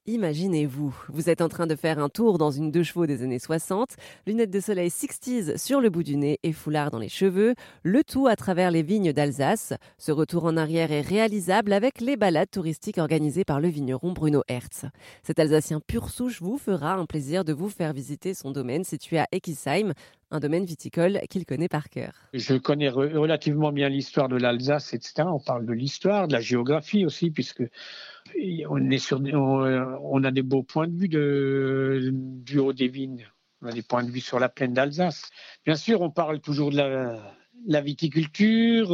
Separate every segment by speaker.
Speaker 1: Imaginez-vous, vous êtes en train de faire un tour dans une 2 chevaux des années 60, lunettes de soleil 60s sur le bout du nez et foulard dans les cheveux, le tout à travers les vignes d'Alsace. Ce retour en arrière est réalisable avec les balades touristiques organisées par le vigneron Bruno Hertz. Cet Alsacien pur souche vous fera un plaisir de vous faire visiter son domaine situé à Eckisheim, un domaine viticole qu'il connaît par cœur.
Speaker 2: Je connais relativement bien l'histoire de l'Alsace, etc. On parle de l'histoire, de la géographie aussi, puisque on a des beaux points de vue du haut des vignes. On a des points de vue sur la plaine d'Alsace. Bien sûr, on parle toujours de la viticulture,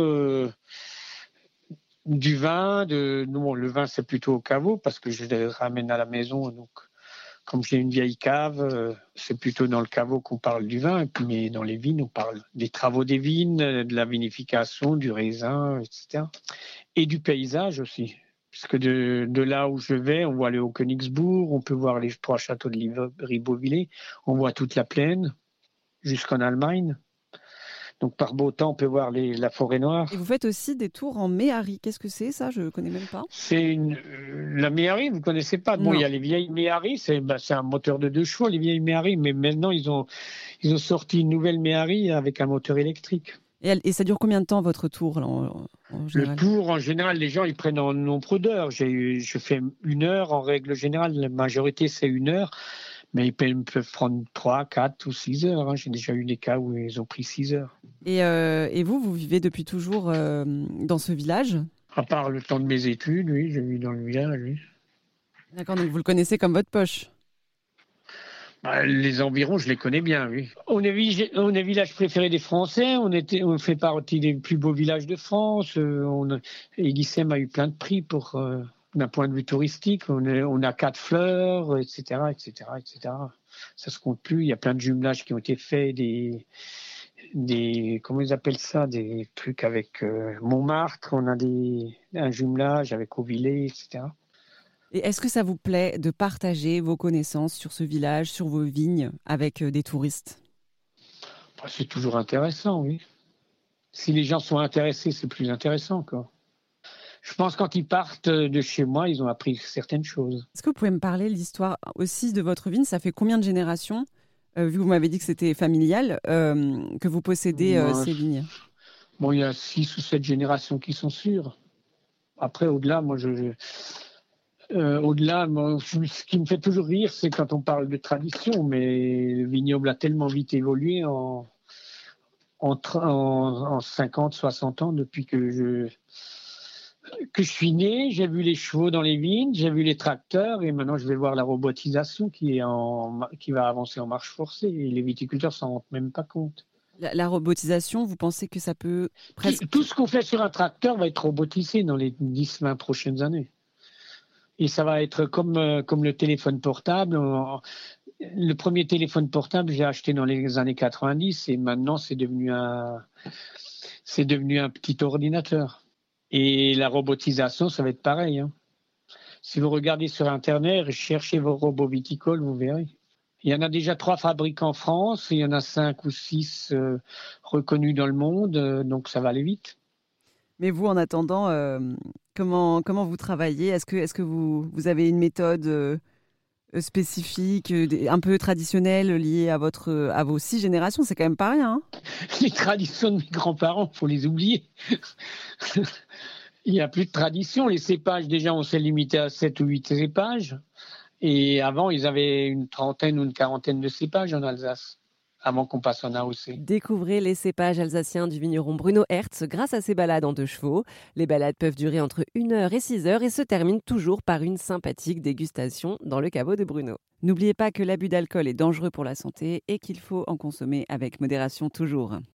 Speaker 2: du vin. Non, le vin, c'est plutôt au caveau parce que je les ramène à la maison. Donc, comme j'ai une vieille cave, c'est plutôt dans le caveau qu'on parle du vin. Mais dans les vignes, on parle des travaux des vignes, de la vinification, du raisin, etc. Et du paysage aussi. Puisque de là où je vais, on voit aller au Königsbourg, on peut voir les 3 châteaux de Ribeauvillé, on voit toute la plaine jusqu'en Allemagne. Donc par beau temps, on peut voir la forêt noire.
Speaker 3: Et vous faites aussi des tours en méhari. Qu'est-ce que c'est ça? Je ne connais même pas.
Speaker 2: La Méhari, vous ne connaissez pas? Bon, il y a les vieilles Méhari, c'est un moteur de 2 chevaux, les vieilles Méhari, mais maintenant ils ont sorti une nouvelle Méhari avec un moteur électrique.
Speaker 3: Et ça dure combien de temps votre tour là, en général?
Speaker 2: Le tour, en général, les gens ils prennent en nombre d'heures. Je fais 1 heure en règle générale. La majorité, c'est 1 heure. Mais ils peuvent prendre 3, 4 ou 6 heures. Hein. J'ai déjà eu des cas où ils ont pris 6 heures.
Speaker 3: Et vous vivez depuis toujours dans ce village?
Speaker 2: À part le temps de mes études, oui, j'ai vu dans le village, oui.
Speaker 3: D'accord, donc vous le connaissez comme votre poche.
Speaker 2: Les environs, je les connais bien, oui. On est village préféré des Français. On fait partie des plus beaux villages de France. Eckisheim a eu plein de prix d'un point de vue touristique. On a 4 fleurs, etc., etc., etc. Ça se compte plus. Il y a plein de jumelages qui ont été faits, comment ils appellent ça, des trucs avec Montmartre. On a un jumelage avec Auvillé, etc.
Speaker 3: Et est-ce que ça vous plaît de partager vos connaissances sur ce village, sur vos vignes, avec des touristes?
Speaker 2: C'est toujours intéressant, oui. Si les gens sont intéressés, c'est plus intéressant, quoi. Je pense que quand ils partent de chez moi, ils ont appris certaines choses.
Speaker 3: Est-ce que vous pouvez me parler de l'histoire aussi de votre vigne? Ça fait combien de générations, vu que vous m'avez dit que c'était familial, que vous possédez ces vignes?
Speaker 2: Bon, il y a 6 ou 7 générations qui sont sûres. Après, au-delà, moi, ce qui me fait toujours rire, c'est quand on parle de tradition, mais le vignoble a tellement vite évolué en 50, 60 ans depuis que je suis né. J'ai vu les chevaux dans les vignes, j'ai vu les tracteurs, et maintenant je vais voir la robotisation qui va avancer en marche forcée, et les viticulteurs s'en rendent même pas compte.
Speaker 3: La robotisation, vous pensez que ça peut presque...
Speaker 2: Tout ce qu'on fait sur un tracteur va être robotisé dans les 10-20 prochaines années. Et ça va être comme le téléphone portable. Le premier téléphone portable, j'ai acheté dans les années 90 et maintenant, c'est devenu un petit ordinateur. Et la robotisation, ça va être pareil. Hein. Si vous regardez sur Internet, cherchez vos robots viticoles, vous verrez. Il y en a déjà 3 fabriqués en France, il y en a 5 ou 6 reconnus dans le monde, donc ça va aller vite.
Speaker 3: Mais vous, en attendant, comment vous travaillez? Est-ce que vous avez une méthode spécifique, un peu traditionnelle, liée à vos 6 générations? C'est quand même pas rien, hein?
Speaker 2: Les traditions de mes grands-parents, il faut les oublier. Il n'y a plus de tradition. Les cépages, déjà, on s'est limité à 7 ou 8 cépages. Et avant, ils avaient une 30aine ou une 40aine de cépages en Alsace, avant qu'on passe en AOC.
Speaker 1: Découvrez les cépages alsaciens du vigneron Bruno Hertz grâce à ses balades en 2 chevaux. Les balades peuvent durer entre 1 heure et 6 heures et se terminent toujours par une sympathique dégustation dans le caveau de Bruno. N'oubliez pas que l'abus d'alcool est dangereux pour la santé et qu'il faut en consommer avec modération toujours.